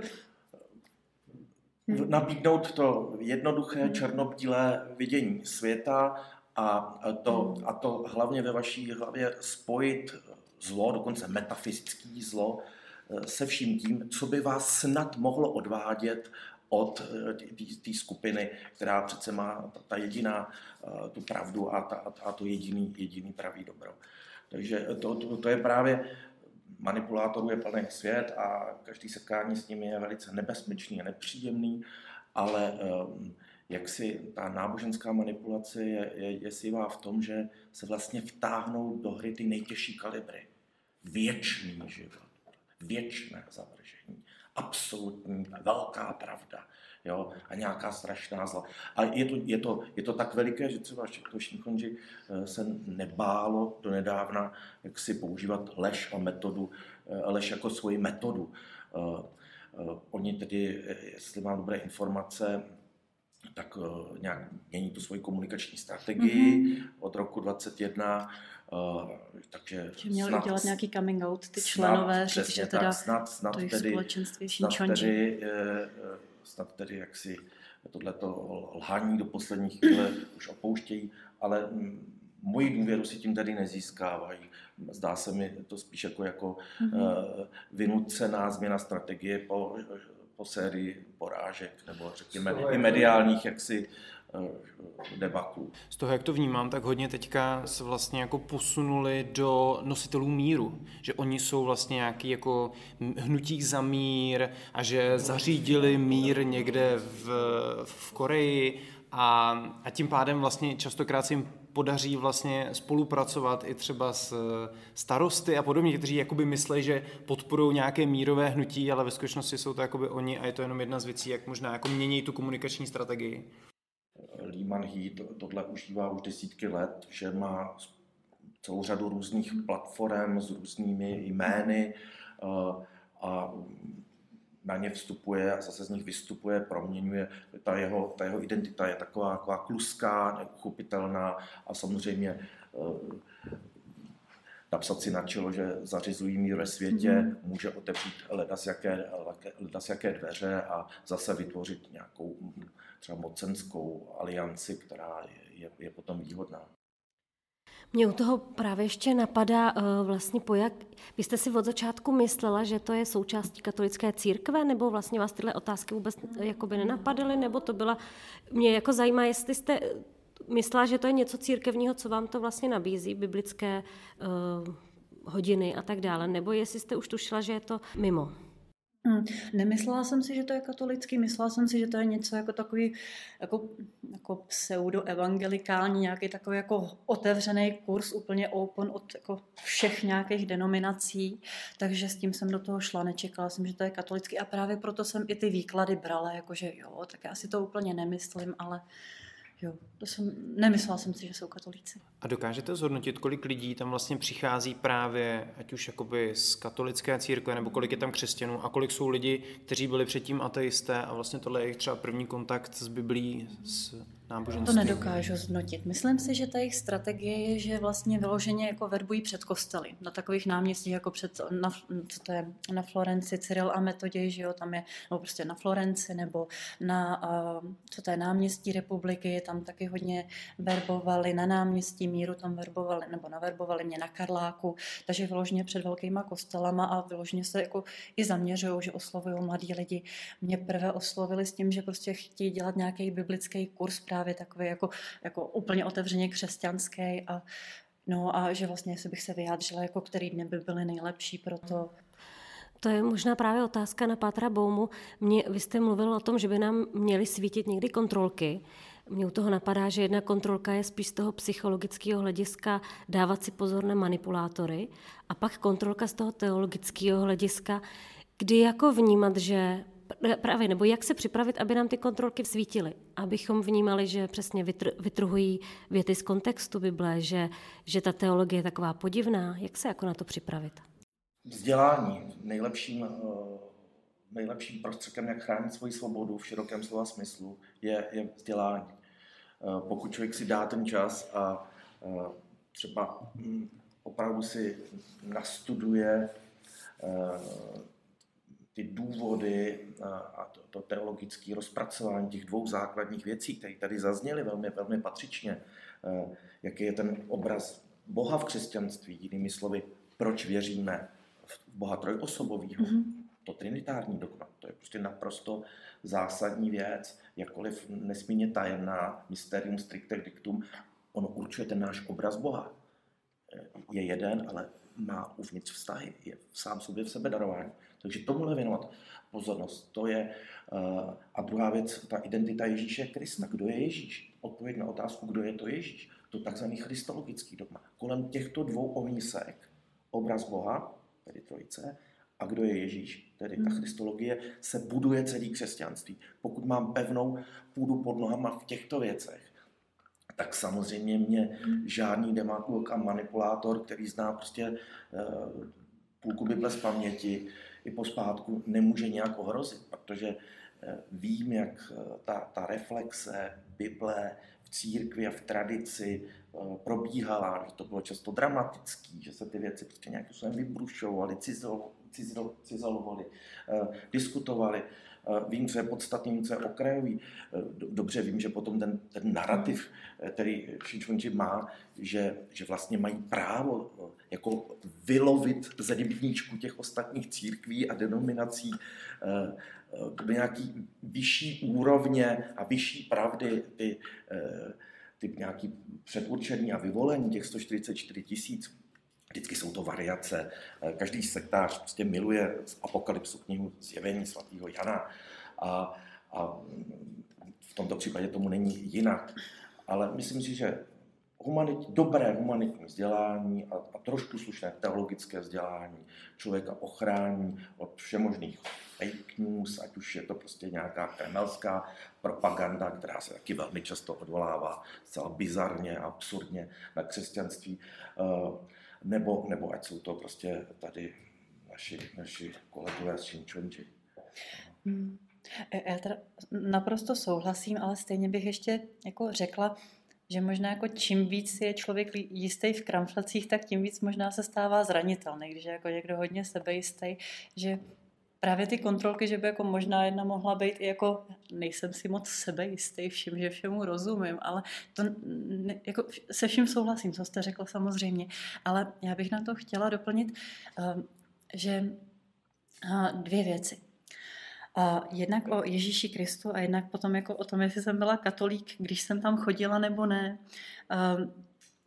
Nabídnout to jednoduché, černobílé vidění světa a to hlavně ve vaší hlavě spojit zlo, dokonce metafyzický zlo, se vším tím, co by vás snad mohlo odvádět od té skupiny, která přece má ta jediná tu pravdu a to jediný pravý dobro. Takže to je právě, manipulátorů je plný svět a každý setkání s nimi je velice nebezpečný a nepříjemný, ale jaksi ta náboženská manipulace je sivá v tom, že se vlastně vtáhnou do hry ty nejtěžší kalibry. Věčný život, věčné zavržení, absolutní velká pravda, jo, a nějaká strašná zla. A je to tak veliké, že třeba to Shinkonji se nebálo donedávna jak si používat lež jako svoji metodu. Oni tedy, jestli mám dobré informace, tak nějak mění tu svoji komunikační strategii od roku 2021. Takže měli udělat nějaký coming out, ty členové, říct, že teda snad to jejich tedy, společenství Shinkonji. snad tedy jaksi tohleto lhaní do posledních chvíle už opouštějí, ale moji důvěru si tím tady nezískávají. Zdá se mi to spíš jako vynucená změna strategie po sérii porážek, nebo řekněme i mediálních jaksi debaklů. Z toho, jak to vnímám, tak hodně teďka se vlastně jako posunuli do nositelů míru, že oni jsou vlastně nějaký jako hnutí za mír a že zařídili mír někde v Koreji a tím pádem vlastně častokrát se jim podaří vlastně spolupracovat i třeba s starosty a podobně, kteří jakoby myslí, že podporují nějaké mírové hnutí, ale ve skutečnosti jsou to jakoby oni a je to jenom jedna z věcí, jak možná jako mění tu komunikační strategii. Lee Man-hee tohle užívá už desítky let, že má celou řadu různých platform s různými jmény a na ně vstupuje a zase z nich vystupuje, proměňuje. Ta jeho identita je taková kluská, neuchopitelná a samozřejmě napsat si na čelo, že zařizují mír ve světě, může otevřít ledasjaké dveře a zase vytvořit nějakou třeba mocenskou alianci, která je potom výhodná. Mě u toho právě ještě napadá vlastně vy jste si od začátku myslela, že to je součástí katolické církve, nebo vlastně vás tyhle otázky vůbec jakoby nenapadaly, nebo to byla, mě jako zajímá, jestli jste myslela, že to je něco církevního, co vám to vlastně nabízí, biblické hodiny a tak dále, nebo jestli jste už tušila, že je to mimo. Nemyslela jsem si, že to je katolický, myslela jsem si, že to je něco jako takový jako pseudoevangelikální, nějaký takový jako otevřený kurz, úplně open od jako všech nějakých denominací, takže s tím jsem do toho šla, nečekala jsem, že to je katolický a právě proto jsem i ty výklady brala, jakože jo, tak já si to úplně nemyslím, ale jo, nemyslela jsem si, že jsou katolíci. A dokážete zhodnotit, kolik lidí tam vlastně přichází právě, ať už jakoby z katolické církve, nebo kolik je tam křesťanů a kolik jsou lidi, kteří byli předtím ateisté a vlastně tohle je jejich třeba první kontakt s Biblií, s náboženstvím? To nedokážu zhodnotit. Myslím si, že ta jejich strategie je, že vlastně vyloženě jako verbují před kostely. Na takových náměstích, jako na Florenci, Cyril a Metoděj, že jo, tam je, nebo prostě na Florenci, nebo na náměstí Republiky, tam taky hodně verbovali, na náměstí Míru tam verbovali, nebo naverbovali mě na Karláku, takže vyloženě před velkýma kostelama a vyloženě se jako i zaměřují, že oslovují mladí lidi. Mě prvé oslovili s tím, že prostě chtějí dělat nějaký biblický kurz, právě takový jako úplně otevřeně křesťanský a že vlastně, jestli bych se vyjádřila, jako který dny by byly nejlepší pro to. To je možná právě otázka na Pátra Boumu. Vy jste mluvil o tom, že by nám měly svítit někdy kontrolky. Mně u toho napadá, že jedna kontrolka je spíš z toho psychologického hlediska dávat si pozor na manipulátory a pak kontrolka z toho teologického hlediska, kdy jako vnímat, že právě, nebo jak se připravit, aby nám ty kontrolky svítily, abychom vnímali, že přesně vytrhují věty z kontextu Bible, že ta teologie je taková podivná. Jak se jako na to připravit? Vzdělání. Nejlepším prostředkem, jak chránit svoji svobodu v širokém slova smyslu, je vzdělání. Pokud člověk si dá ten čas a třeba opravdu si nastuduje ty důvody a to teologické rozpracování těch dvou základních věcí, které tady zazněly velmi, velmi patřičně, jaký je ten obraz Boha v křesťanství, jinými slovy, proč věříme v Boha trojosobovýho, to trinitární dogma, to je prostě naprosto zásadní věc, jakkoliv nesmírně tajemná, mysterium stricte dictum, ono určuje ten náš obraz Boha. Je jeden, ale má uvnitř vztahy, je sám sobě v sebedarování. Takže tomuhle věnovat pozornost, to je. A druhá věc, ta identita Ježíše Krista. Kdo je Ježíš? Odpověď na otázku, kdo je to Ježíš. To takzvaný christologický dogma. Kolem těchto dvou ohnisek, obraz Boha, tedy trojice, a kdo je Ježíš, tedy ta christologie, se buduje celý křesťanství. Pokud mám pevnou půdu pod nohama v těchto věcech, tak samozřejmě mě žádný demagog a manipulátor, který zná prostě půlku Bible z paměti i pospátku, nemůže nějak ohrozit, protože vím, jak ta reflexe Bible v církvi a v tradici probíhala, že to bylo často dramatický, že se ty věci prostě nějakým způsobem vybrušovaly, cizelovaly, diskutovaly. Vím, co je podstatný, co je okrajový. Dobře vím, že potom ten narrativ, který Shincheonji má, že vlastně mají právo jako vylovit ze rybníčku těch ostatních církví a denominací do nějaký vyšší úrovně a vyšší pravdy ty nějaký předurčení a vyvolení těch 144 000. Vždycky jsou to variace. Každý sektář prostě miluje Apokalypsu, knihu Zjevení svatého Jana a v tomto případě tomu není jinak. Ale myslím si, že dobré humanitní vzdělání a trošku slušné teologické vzdělání člověka ochrání od všemožných fake news, ať už je to prostě nějaká kremelská propaganda, která se taky velmi často odvolává zcela bizarně a absurdně na křesťanství, nebo ať jsou to prostě tady naši kolegové z Shincheonji. Já teda naprosto souhlasím, ale stejně bych ještě jako řekla, že možná jako čím víc je člověk jistý v kramflecích, tak tím víc možná se stává zranitelný, když je jako někdo hodně sebejistý, že právě ty kontrolky, že by jako možná jedna mohla být i jako, nejsem si moc sebejistý vším, že všemu rozumím, ale to jako se vším souhlasím, co jste řekl samozřejmě, ale já bych na to chtěla doplnit, že dvě věci. Jednak o Ježíši Kristu a jednak potom jako o tom, jestli jsem byla katolík, když jsem tam chodila nebo ne.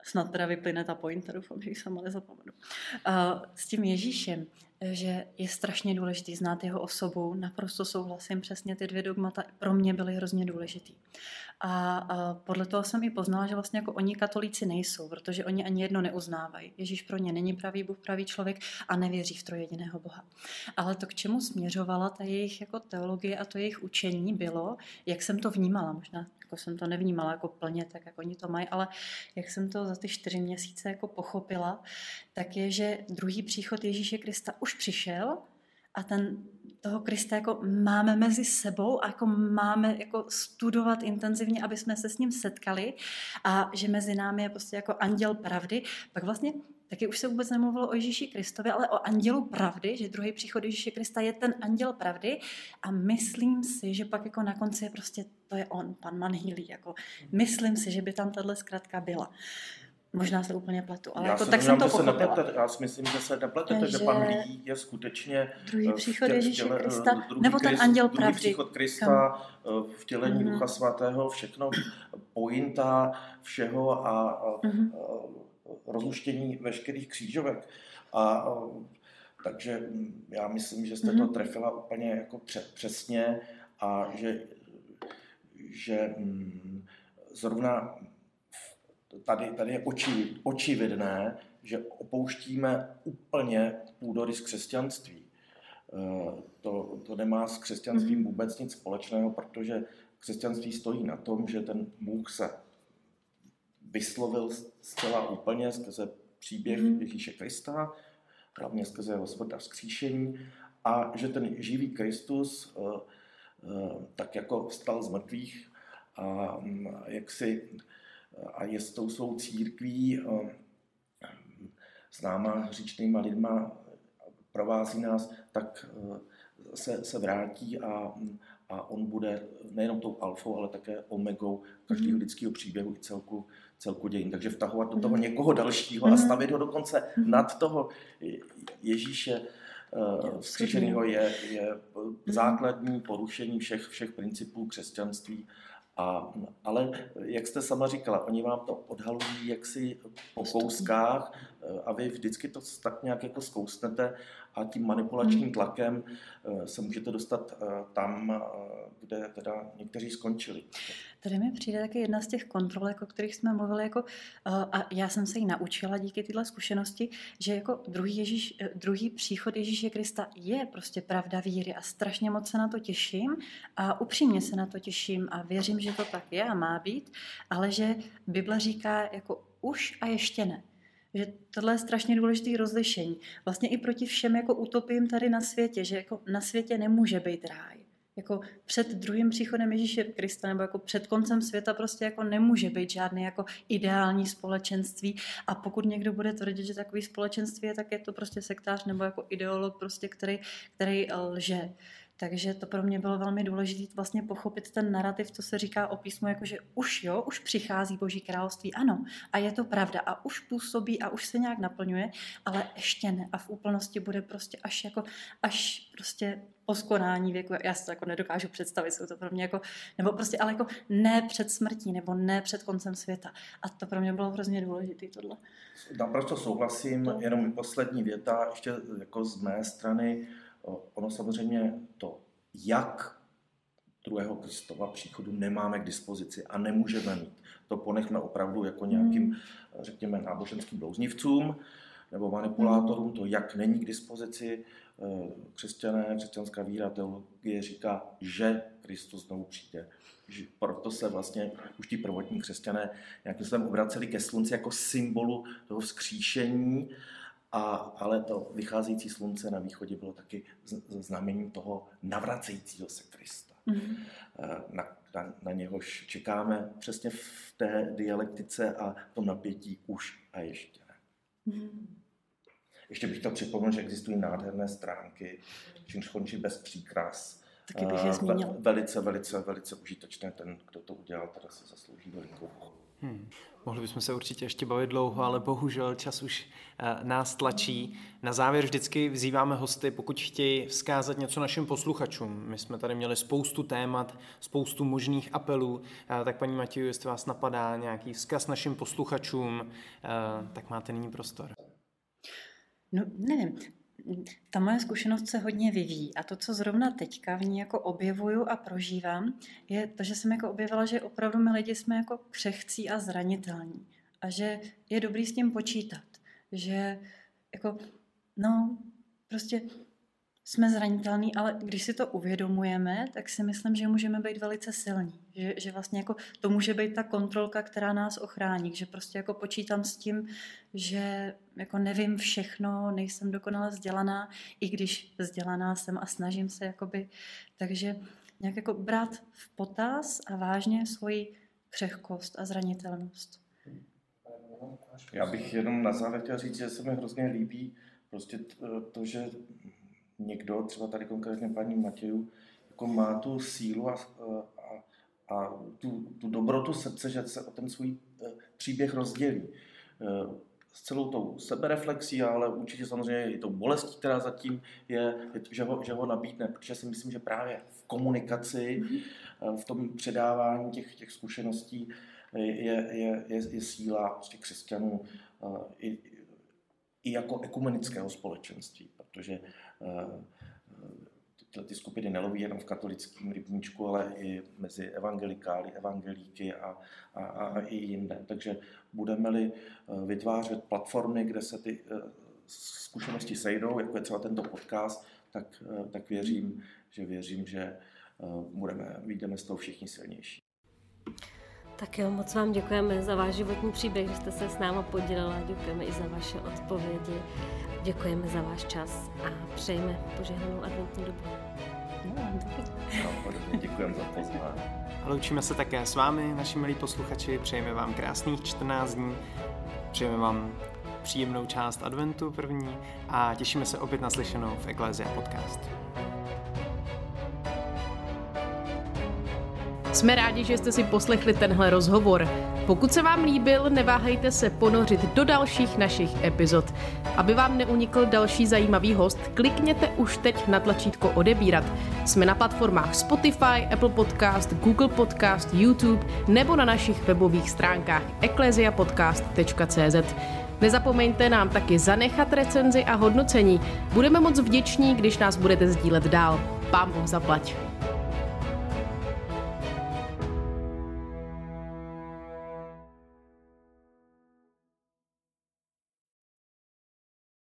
snad teda vyplyne ta pointa, doufám, že ji sama nezapomenu. S tím Ježíšem, že je strašně důležitý znát jeho osobu, naprosto souhlasím, přesně ty 2 dogmata pro mě byly hrozně důležitý. A podle toho jsem i poznala, že vlastně jako oni katolíci nejsou, protože oni ani jedno neuznávají. Ježíš pro ně není pravý Bůh, pravý člověk a nevěří v trojjediného Boha. Ale to, k čemu směřovala ta jejich jako teologie a to jejich učení bylo, jak jsem to vnímala, možná jako jsem to nevnímala jako plně, tak jak oni to mají, ale jak jsem to za ty 4 měsíce jako pochopila, tak je, že druhý příchod Ježíše Krista už přišel a toho Krista jako máme mezi sebou a jako máme jako studovat intenzivně, aby jsme se s ním setkali a že mezi námi je prostě jako anděl pravdy. Pak vlastně taky už se vůbec nemluvilo o Ježíši Kristovi, ale o andělu pravdy, že druhý příchod Ježíše Krista je ten anděl pravdy a myslím si, že pak jako na konci je prostě, to je on, pan Manhýlí, jako myslím si, že by tam tahle zkratka byla. Možná se úplně pletu, ale jako tak jsem to pochopila. Já si myslím, že se nepletete, že pan Lí je skutečně druhý příchod Ježíše Krista, nebo ten anděl pravdy. Druhý příchod Krista, vtělení Ducha Svatého, všechno, pointa všeho a rozluštění veškerých křížovek. Takže já myslím, že jste to trefila úplně jako přesně a že zrovna tady je očividné, že opouštíme úplně půdorys křesťanství. To nemá s křesťanstvím vůbec nic společného, protože křesťanství stojí na tom, že ten Bůh se vyslovil zcela úplně skrze příběh Ježíše Krista, hlavně skrze jeho smrt a vzkříšení, a že ten živý Kristus tak jako vstal z mrtvých a je s tou svou církví s náma hříčnýma lidma, provází nás, tak se vrátí a on bude nejenom tou alfou, ale také omegou každého lidského příběhu i celku dějin. Takže vtahovat do toho někoho dalšího a stavit ho dokonce nad toho Ježíše vzkříšeného je základní porušení všech principů křesťanství. Ale jak jste sama říkala, oni vám to odhalují jaksi po kouskách a vy vždycky to tak nějak jako zkousnete a tím manipulačním tlakem se můžete dostat tam, kde teda někteří skončili. Tady mi přijde taky jedna z těch kontrolek, o kterých jsme mluvili, a já jsem se ji naučila díky této zkušenosti, že jako druhý příchod Ježíše Krista je prostě pravda víry a strašně moc se na to těším a upřímně se na to těším a věřím, že to tak je a má být, ale že Bible říká jako už a ještě ne. Že tohle je strašně důležité rozlišení. Vlastně i proti všem jako utopiím tady na světě, že jako na světě nemůže být ráj. Jako před druhým příchodem Ježíše Krista nebo jako před koncem světa prostě jako nemůže být žádný jako ideální společenství a pokud někdo bude tvrdit, že takový společenství je, tak je to prostě sektář nebo jako ideolog prostě, který lže. Takže to pro mě bylo velmi důležité vlastně pochopit ten narrativ, co se říká o písmu, jakože už přichází Boží království, ano, a je to pravda a už působí a už se nějak naplňuje, ale ještě ne a v úplnosti bude prostě až prostě po skonání věku, já si to jako nedokážu představit, jsou to pro mě jako, nebo prostě ale jako ne před smrtí, nebo ne před koncem světa. A to pro mě bylo hrozně důležité tohle. Naprosto souhlasím, jenom poslední věta, ještě jako z mé strany. Ono samozřejmě to, jak druhého Kristova příchodu nemáme k dispozici a nemůžeme mít. To ponechme opravdu jako nějakým, řekněme, náboženským blouznivcům nebo manipulátorům. To, jak není k dispozici, křesťanská víra, teologie říká, že Kristus znovu přijde. Proto se vlastně už ti prvotní křesťané nějakým způsobem obraceli ke slunci jako symbolu toho vzkříšení, ale to vycházející slunce na východě bylo taky znamením toho navracejícího se Krista. Na něhož čekáme přesně v té dialektice a tom napětí už a ještě ne. Ještě bych to připomenul, že existují nádherné stránky, čímž končí bez příkras. Taky bych je zmínila. Velice, velice, velice užitečné. Ten, kdo to udělal, teda se zaslouží velikou. Mohli bychom se určitě ještě bavit dlouho, ale bohužel čas už nás tlačí. Na závěr vždycky vzýváme hosty, pokud chtějí vzkázat něco našim posluchačům. My jsme tady měli spoustu témat, spoustu možných apelů, tak paní Matěju, jestli vás napadá nějaký vzkaz našim posluchačům, tak máte nyní prostor. No, nevím. Ta moje zkušenost se hodně vyvíjí a to, co zrovna teďka v ní jako objevuju a prožívám, je to, že jsem jako objevila, že opravdu my lidi jsme jako křehcí a zranitelní a že je dobrý s tím počítat, že jako, no, prostě jsme zranitelní, ale když si to uvědomujeme, tak si myslím, že můžeme být velice silní, že vlastně jako to může být ta kontrolka, která nás ochrání, že prostě jako počítám s tím, že jako nevím všechno, nejsem dokonale vzdělaná, i když vzdělaná jsem a snažím se jakoby, takže nějak jako brát v potaz a vážně svoji křehkost a zranitelnost. Já bych jenom na závěr chtěl říct, že se mi hrozně líbí prostě to, že někdo, třeba tady konkrétně paní Matěju, jako má tu sílu a tu dobrotu srdce, že se o ten svůj příběh rozdělí. S celou tou sebereflexí, ale určitě samozřejmě i tou bolestí, která zatím je že ho nabídne, protože si myslím, že právě v komunikaci, v tom předávání těch zkušeností je síla prostě křesťanů i jako ekumenického společenství, protože ty skupiny neloví jenom v katolickém rybníčku, ale i mezi evangelikály, evangelíky a i jinde. Takže budeme-li vytvářet platformy, kde se ty zkušenosti sejdou, jako je třeba tento podcast, tak věřím, že vyjdeme z toho všichni silnější. Tak jo, moc vám děkujeme za váš životní příběh, že jste se s náma podělila, děkujeme i za vaše odpovědi, děkujeme za váš čas a přejeme požehnanou adventní dobu. Děkujeme za pozvání. A loučíme se také s vámi, naši milí posluchači, přejeme vám krásných 14 dní, přejeme vám příjemnou část adventu první a těšíme se opět na slyšenou v Ecclesia Podcast. Jsme rádi, že jste si poslechli tenhle rozhovor. Pokud se vám líbil, neváhejte se ponořit do dalších našich epizod. Aby vám neunikl další zajímavý host, klikněte už teď na tlačítko odebírat. Jsme na platformách Spotify, Apple Podcast, Google Podcast, YouTube nebo na našich webových stránkách ecclesiapodcast.cz. Nezapomeňte nám taky zanechat recenzi a hodnocení. Budeme moc vděční, když nás budete sdílet dál. Pán Bůh zaplať.